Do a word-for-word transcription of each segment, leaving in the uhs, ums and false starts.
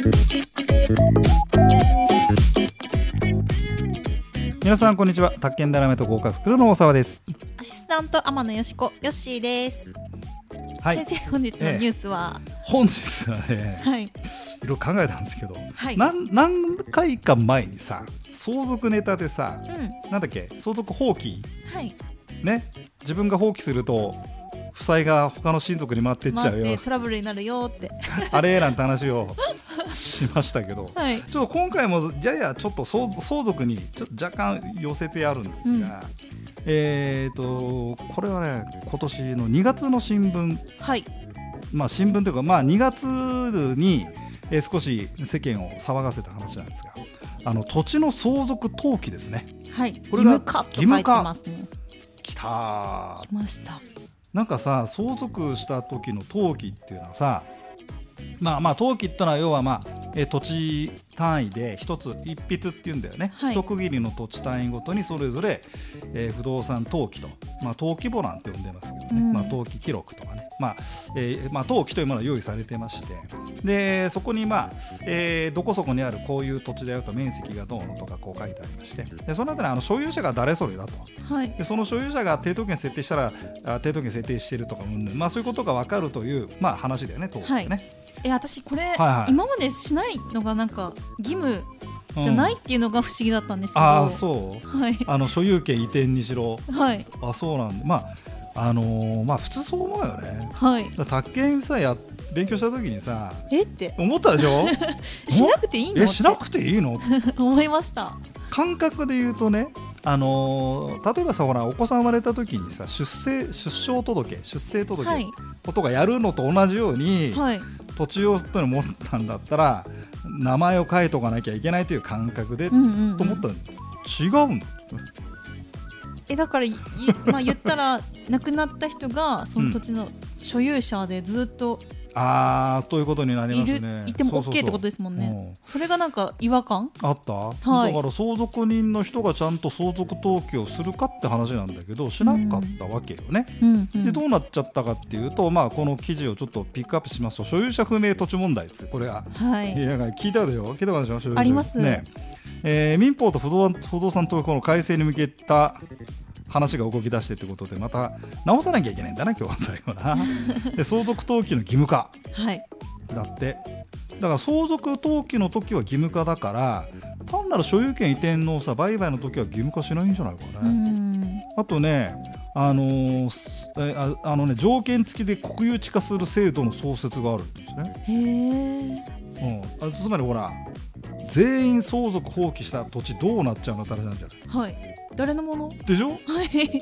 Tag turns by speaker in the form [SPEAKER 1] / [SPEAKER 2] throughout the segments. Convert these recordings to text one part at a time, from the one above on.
[SPEAKER 1] 皆さんこんにちは。宅建ダイナマイト合格スクールの大沢です。
[SPEAKER 2] アシスタント天野よしこよっしーです。
[SPEAKER 1] はい、
[SPEAKER 2] 先生本日のニュースは、
[SPEAKER 1] ええ、本日はね、
[SPEAKER 2] はい、い
[SPEAKER 1] ろいろ考えたんですけど、
[SPEAKER 2] はい、
[SPEAKER 1] 何, 何回か前にさ相続ネタでさ、
[SPEAKER 2] うん、
[SPEAKER 1] なんだっけ相続放棄、
[SPEAKER 2] はい、
[SPEAKER 1] ね、自分が放棄すると負債が他の親族に回っていっちゃうよ、
[SPEAKER 2] 待ってトラブルになるよって
[SPEAKER 1] あれなんて話をしましたけど、
[SPEAKER 2] はい、
[SPEAKER 1] ちょっと今回もややちょっと 相, 相続にちょっと若干寄せてあるんですが、うん、えーとこれはね今年のにがつの新聞、
[SPEAKER 2] はい、
[SPEAKER 1] まあ、新聞というか、まあ、にがつに、えー、少し世間を騒がせた話なんですが、あの土地の相続登記ですね、
[SPEAKER 2] はい、これが義務化と書いてますね。
[SPEAKER 1] きた
[SPEAKER 2] 来ました。
[SPEAKER 1] なんかさ相続した時の登記っていうのはさ、まあまあ登記ってのは要はまあえ土地単位で一つ一筆っていうんだよね、はい、一区切りの土地単位ごとにそれぞれ、えー、不動産登記と、まあ、登記簿なんて呼んでますけどね、うん、まあ、登記記録とかね、まあえーまあ、登記というものが用意されてまして、でそこに、まあえー、どこそこにあるこういう土地だよと面積がどうのとかこう書いてありまして、でその後にあの所有者が誰それだと、はい、でその所有者が抵当権設定したらあ抵当権設定してるとか、まあ、そういうことが分かるという、まあ、話だよね登記ね、はい。
[SPEAKER 2] え私これ、はいはい、今までしないのがなんか義務じゃないっていうのが不思議だったんですけど、うん、
[SPEAKER 1] あそう、はい、あの所有権移転にしろ、
[SPEAKER 2] はい、
[SPEAKER 1] あそうなんで、まああのー、まあ普通そう思うよね、
[SPEAKER 2] はい、
[SPEAKER 1] だ宅建さや勉強した時にさ
[SPEAKER 2] えって
[SPEAKER 1] 思ったでしょ
[SPEAKER 2] しなくていいの
[SPEAKER 1] えしなくていいの
[SPEAKER 2] 思いました。
[SPEAKER 1] 感覚で言うとね、あのー、例えばさほらお子さん生まれた時にさ出生出生届出生届、はい、ことがやるのと同じように、はい、土地をというの持ったんだったら名前を書いとかなきゃいけないという感覚で、うんうんうん、と思ったら違うんだ
[SPEAKER 2] えだからまあ、言ったら亡くなった人がその土地の所有者でずっと、うん
[SPEAKER 1] あーということになりますね。
[SPEAKER 2] いても OK ってことですもんね。そうそうそう、うん、それがなんか違和感
[SPEAKER 1] あった、はい、だから相続人の人がちゃんと相続登記をするかって話なんだけどしなかったわけよね、うんうん、でどうなっちゃったかっていうと、まあ、この記事をちょっとピックアップしますと所有者不明土地問題ですこれが、はい、いや聞いたでしょ聞いたことでしょ所有者
[SPEAKER 2] あります、ね
[SPEAKER 1] えー、民法と不動、不動産登記法の改正に向けた話が動き出してということでまた直さなきゃいけないんだな今日は最後なで相続登記の義務化、はい、だってだから相続登記の時は義務化だから単なる所有権移転のさ売買の時は義務化しないんじゃないかね。うんあとねあのーえああのね条件付きで国有地化する制度の創設があるんですね。へー、うん、あつまりほら全員相続放棄した土地どうなっちゃうのって話なんじゃない。はい
[SPEAKER 2] 誰のもの
[SPEAKER 1] でしょ、
[SPEAKER 2] はい、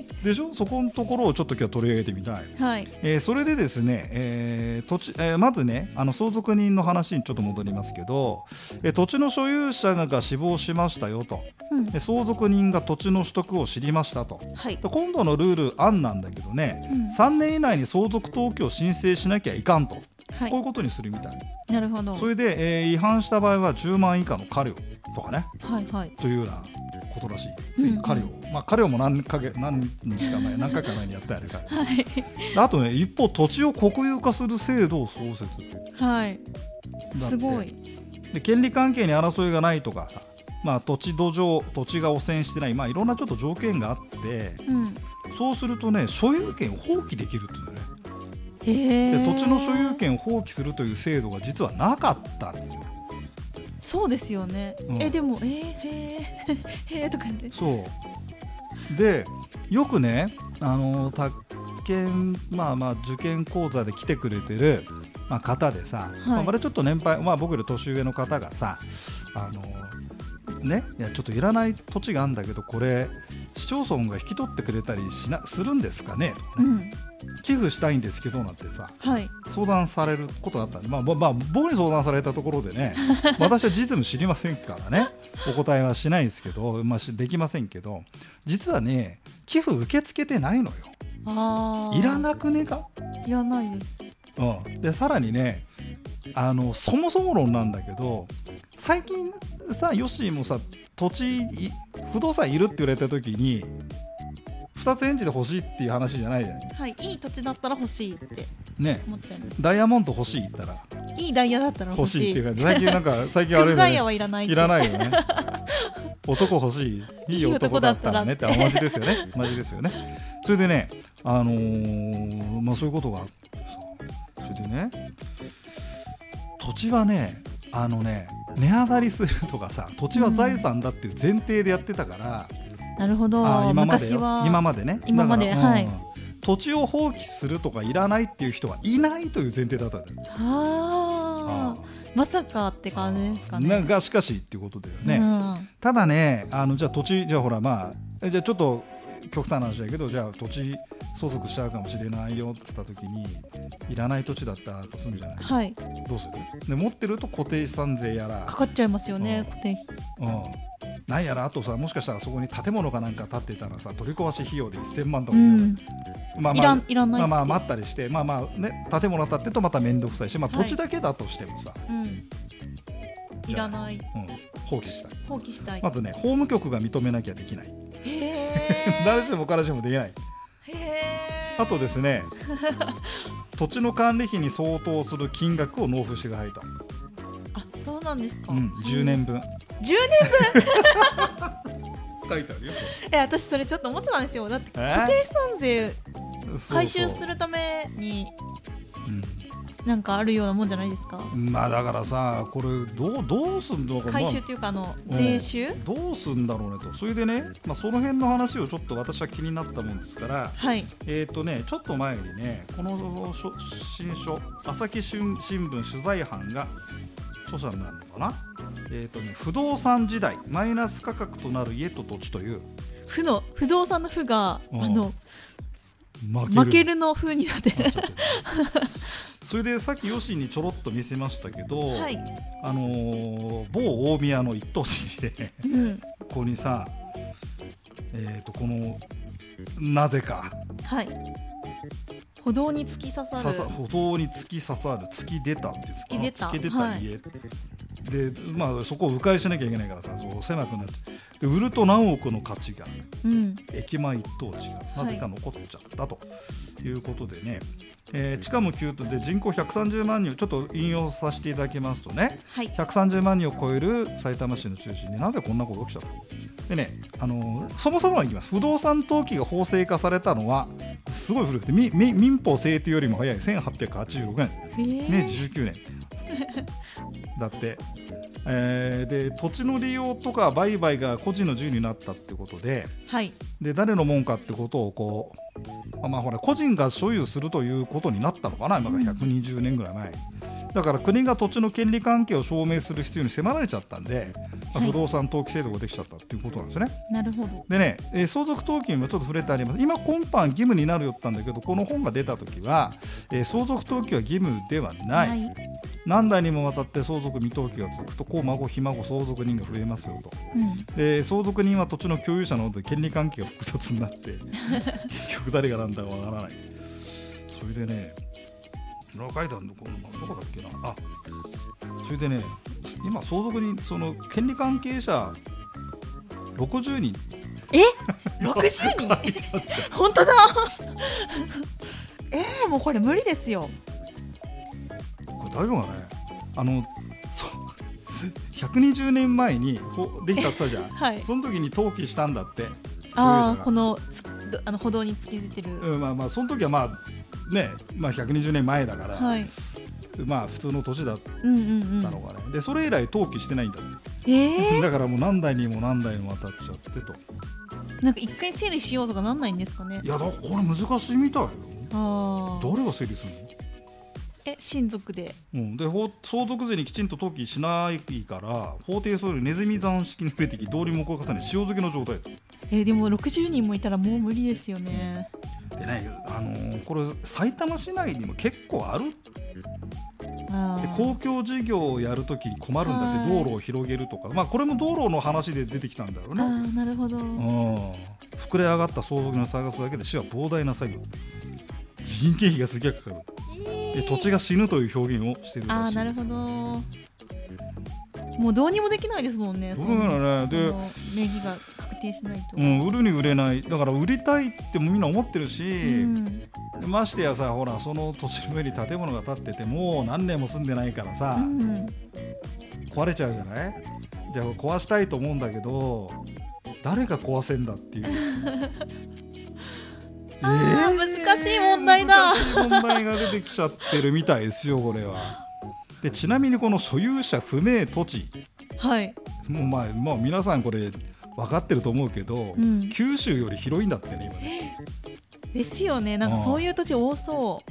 [SPEAKER 1] でしょそこのところをちょっと今日は取り上げてみたい、はいえー、それでですね、えー土地えー、まずねあの相続人の話にちょっと戻りますけど、えー、土地の所有者が死亡しましたよと、うん、で相続人が土地の取得を知りましたと、はい、で今度のルール案なんだけどね、うん、さんねん以内に相続登記を申請しなきゃいかんと、はい、こういうことにするみたい。
[SPEAKER 2] なるほど。
[SPEAKER 1] それで、えー、違反した場合はじゅうまん以下の過料とかね、はいはい、というようなことらしい。次過料、うんうんまあ、過料も何か何日か前何回か前にやったやねか、はい、あとね一方土地を国有化する制度を創設っていう、はい、すごいで権利関係に争いがないとかさ、まあ、土地土壌土地が汚染してない、まあ、いろんなちょっと条件があって、うん、そうするとね所有権を放棄できるっていうんだよね。へで土地の所有権を放棄するという制度が実はなかったんですよ。
[SPEAKER 2] そうですよね、うん、えでもえー、へーへーとか言って
[SPEAKER 1] そうでよくねあの宅建、まあ、まあ受験講座で来てくれてる、まあ、方でさ、はいまあ、まだちょっと年配、まあ、僕より年上の方がさあのねいやちょっといらない土地があるんだけどこれ市町村が引き取ってくれたりしなするんですかねとかね、うん寄付したいんですけどなんてさ、はい、相談されることがあったんで、まあまあ、僕に相談されたところでね私は実務知りませんからねお答えはしないんですけど、まあ、できませんけど実はね寄付受け付けてないのよ。あいらなくねか
[SPEAKER 2] いらないです、
[SPEAKER 1] うん、でさらにねあのそもそも論なんだけど最近さヨッシーもさ土地不動産いるって言われた時にふたつ返事で欲しいっていう話じゃないじゃない。
[SPEAKER 2] はい、いい土地だったら欲しいって思っちゃいます、
[SPEAKER 1] ね、ダイヤモンド欲しいって言ったら
[SPEAKER 2] いいダイヤだったら
[SPEAKER 1] 欲
[SPEAKER 2] 欲しい。
[SPEAKER 1] しいっていう感じ。最近なんか最近あれだね
[SPEAKER 2] クズダイヤはいらないって。
[SPEAKER 1] いらないよね男欲しい、いい男だったらねって同じですよね同じですよね。それでね、あのー、まあそういうことがあってさ、それでね、土地はね、あのね、値上がりするとかさ、土地は財産だっていう前提でやってたから、
[SPEAKER 2] うん、なるほど。
[SPEAKER 1] あ今までよ、
[SPEAKER 2] 昔は
[SPEAKER 1] 今までね、
[SPEAKER 2] 今まで、
[SPEAKER 1] だから、
[SPEAKER 2] はい、
[SPEAKER 1] うん、土地を放棄するとかいらないっていう人はいないという前提だったんだよ。
[SPEAKER 2] はあ、まさかって感じですかね。
[SPEAKER 1] がしかしっていうことだよね、
[SPEAKER 2] うん、
[SPEAKER 1] ただね、あのじゃあ土地、じゃあほら、まあじゃあちょっと極端な話だけど、じゃあ土地相続しちゃうかもしれないよって言った時に、いらない土地だったとするじゃない、
[SPEAKER 2] はい、
[SPEAKER 1] どうするで、持ってると固定資産税やら
[SPEAKER 2] かかっちゃいますよね、
[SPEAKER 1] うん、
[SPEAKER 2] 固定費、
[SPEAKER 1] うん、なんやら、あとさ、もしかしたらそこに建物かなんか建ってたらさ、取り壊し費用でせんまんとか、
[SPEAKER 2] うん、
[SPEAKER 1] まあまあ、
[SPEAKER 2] いらん、いらない
[SPEAKER 1] まあまあ待ったりして、まあまあね、建物建ってとまた面倒くさいし、まあ、土地だけだとしてもさ、
[SPEAKER 2] はい、うん、いらない、
[SPEAKER 1] うん、放棄したい。
[SPEAKER 2] 放棄したい。
[SPEAKER 1] まずね、法務局が認めなきゃできない。
[SPEAKER 2] へ
[SPEAKER 1] 誰しも彼しもできない。
[SPEAKER 2] へ
[SPEAKER 1] あとですね土地の管理費に相当する金額を納付してくださいと。
[SPEAKER 2] あ、そうなんですか、
[SPEAKER 1] うん、じゅうねんぶん
[SPEAKER 2] じゅうねんぶん
[SPEAKER 1] 書いてあるよ
[SPEAKER 2] え、私それちょっと思ってたんですよ。だって固定資産税回収するためになんかあるようなもんじゃないですか。
[SPEAKER 1] まあだからさ、これどう、どうすんのか、
[SPEAKER 2] 回収っていうか、あの税収、
[SPEAKER 1] うん、どうすんだろうねと。それでね、まあ、その辺の話をちょっと私は気になったもんですから、
[SPEAKER 2] はい、
[SPEAKER 1] えーとね、ちょっと前にね、この新書、朝日新聞取材班が著者になるのかな、えーとね、不動産時代マイナス価格となる家と土地という、
[SPEAKER 2] 負の不動産の負が、
[SPEAKER 1] うん、
[SPEAKER 2] あの
[SPEAKER 1] 負ける、
[SPEAKER 2] 負けるの風になって
[SPEAKER 1] それでさっきヨシにちょろっと見せましたけど、
[SPEAKER 2] はい、
[SPEAKER 1] あのー、某大宮の一等地で、うん、ここにさ、えーとこのなぜか、
[SPEAKER 2] はい、歩道に突き刺さる、
[SPEAKER 1] 歩道に突き刺さる、突き出たっていうか、
[SPEAKER 2] 突き出た、
[SPEAKER 1] 突き出た家、はい、で、まあ、そこを迂回しなきゃいけないからさ、そう狭くなっちゃう。で売ると何億の価値が、うん、駅前一等地がなぜか残っちゃったということでね、はい、えー、地価も急騰で人口ひゃくさんじゅうまんにんをちょっと引用させていただきますとね、はい、ひゃくさんじゅうまんにんを超える埼玉市の中心になぜこんなこと起きたのでね、あのー、そもそもはいきます。不動産登記が法制化されたのはすごい古くて、みみ民法制定よりも早いせんはっぴゃくはちじゅうろくねん、えー、明治じゅうきゅうねんだって、えー、で土地の利用とか売買が個人の自由になったってことで、はい、で誰のもんかってことをこう、まあ、ほら個人が所有するということになったのかな、今からひゃくにじゅうねんぐらい前、うん、だから国が土地の権利関係を証明する必要に迫られちゃったんで、まあ、不動産登記制度ができちゃったっていうことなんですね。
[SPEAKER 2] なるほど。で
[SPEAKER 1] ね、えー、相続登記にもちょっと触れてあります。今今般義務になるよったんだけど、この本が出た時は、えー、相続登記は義務ではない、はい、何代にもわたって相続未登記が続くと子孫ひ孫相続人が増えますよと、うん、で相続人は土地の共有者なので権利関係が複雑になって結局誰が何だかわからない。それでね、書いてあるのどこだっけなあ、それでね、今相続人その権利関係者ろくじゅうにん
[SPEAKER 2] えろくじゅうにん本当だえー、もうこれ無理ですよ。
[SPEAKER 1] これ大丈夫かね。あのそひゃくにじゅうねんまえにできたって言ったじゃん、はい、その時に登記したんだって。
[SPEAKER 2] ああ、このあの歩道に突き出てる、
[SPEAKER 1] うん、まあまあその時はまあね、まあ、ひゃくにじゅうねんまえだから、はい、まあ普通の土地だったのがね、うんうんうん、でそれ以来登記してないんだって、えー、だからもう何代にも何代にも渡っちゃってと。
[SPEAKER 2] なんか一回整理しようとかなんないんですかね。
[SPEAKER 1] いやだからこれ難しいみたいよ。あ、誰が整理するの。
[SPEAKER 2] え、親族で、
[SPEAKER 1] うん、で相続税にきちんと登記しないから法定総量ネズミ算式に増えてき道理も動かさない塩漬けの状態だ。
[SPEAKER 2] えー、でもろくじゅうにんもいたらもう無理ですよね。
[SPEAKER 1] でね、あのー、これ埼玉市内にも結構ある。あで公共事業をやるときに困るんだって、道路を広げるとか、まあ、これも道路の話で出てきたんだろうね。
[SPEAKER 2] あ、なるほど。うん、
[SPEAKER 1] 膨れ上がった相続人を探すだけで市は膨大な作業、人件費がすげえかかる、えー、で土地が死ぬという表現をしているらしいです。
[SPEAKER 2] あ、なるほど。もうどうにもできないですもんね。
[SPEAKER 1] どうなのね。で
[SPEAKER 2] 名義が確定しないと、
[SPEAKER 1] うん、売るに売れない。だから売りたいってみんな思ってるし、うん、ましてやさ、ほらその土地の上に建物が建っててもう何年も住んでないからさ、うん、壊れちゃうじゃない。じゃあ壊したいと思うんだけど誰が壊せんだっていう
[SPEAKER 2] あー、えー、難しい問題だ。
[SPEAKER 1] 難しい問題が出てきちゃってるみたいですよこれは。でちなみにこの所有者不明土地、
[SPEAKER 2] はい、
[SPEAKER 1] もうまあ、まあ、皆さんこれ分かってると思うけど、うん、九州より広いんだってね今ね。
[SPEAKER 2] ですよね。なんかそういう土地多そう。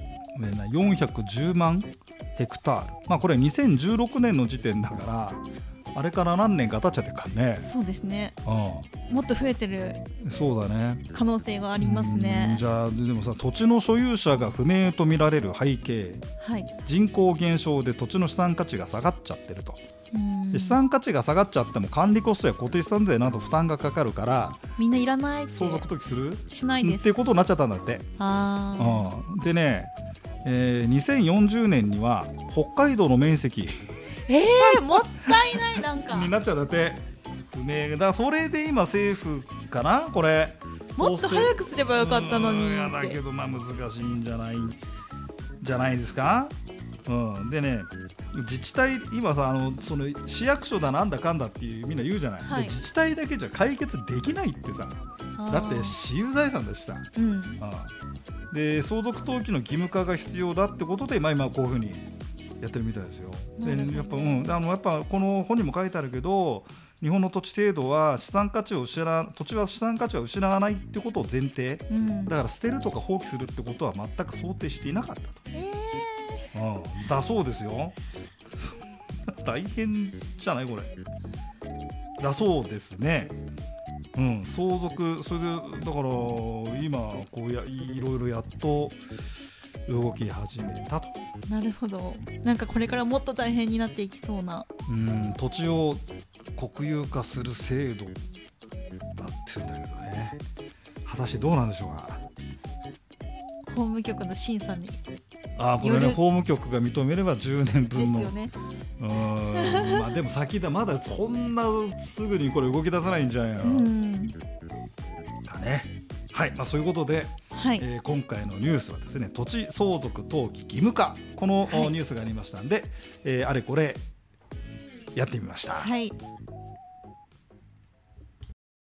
[SPEAKER 1] よんひゃくじゅうまんヘクタール、まあ、これにせんじゅうろくねんの時点だからあれから何年か経っちゃってるからね。
[SPEAKER 2] そうですね、うん、もっと増えてる
[SPEAKER 1] そうだね
[SPEAKER 2] 可能性がありますね。
[SPEAKER 1] じゃあでもさ、土地の所有者が不明とみられる背景、はい、人口減少で土地の資産価値が下がっちゃってると。で資産価値が下がっちゃっても管理コストや固定資産税など負担がかかるから
[SPEAKER 2] みんないらないって
[SPEAKER 1] 相続登記する
[SPEAKER 2] しないです
[SPEAKER 1] っていうことになっちゃったんだって。あ、うん、でね、えー、にせんよんじゅうねんには北海道の面積
[SPEAKER 2] えー、もったいないなんか
[SPEAKER 1] になっちゃうんだって。不明だ。それで今政府かなこれ
[SPEAKER 2] もっと早くすればよかったのに。
[SPEAKER 1] いやだけどまあ難しいんじゃないじゃないですか。うん、でね自治体今さあのその市役所だなんだかんだっていうみんな言うじゃない、はい、で自治体だけじゃ解決できないってさ。だって私有財産だしさ、うん、で相続登記の義務化が必要だってことで、まあ、今こういうふうにやってるみたいですよ。でやっぱ、うん、あのやっぱこの本にも書いてあるけど日本の土地制度は資産価値を失う土地は資産価値は失わないってことを前提、うん、だから捨てるとか放棄するってことは全く想定していなかったと、えーうん、だそうですよ大変じゃないこれだそうですね。うん、相続それでだから今こうやいろいろやっと動き始めたと。
[SPEAKER 2] なるほど。なんかこれからもっと大変になっていきそうな。
[SPEAKER 1] うん、土地を国有化する制度だって言うんだけどね。果たしてどうなんでしょうか。
[SPEAKER 2] 法務局の審査に
[SPEAKER 1] あこれね法務局が認めればじゅうねんぶんの
[SPEAKER 2] ですよね。
[SPEAKER 1] うん、まあ、でも先だまだそんなすぐにこれ動き出さないんじゃないの、うん、かね。はい、まあ、そういうことで、はいえー、今回のニュースはですね土地相続登記義務化この、はい、ニュースがありましたんで、えー、あれこれやってみました。
[SPEAKER 2] はい。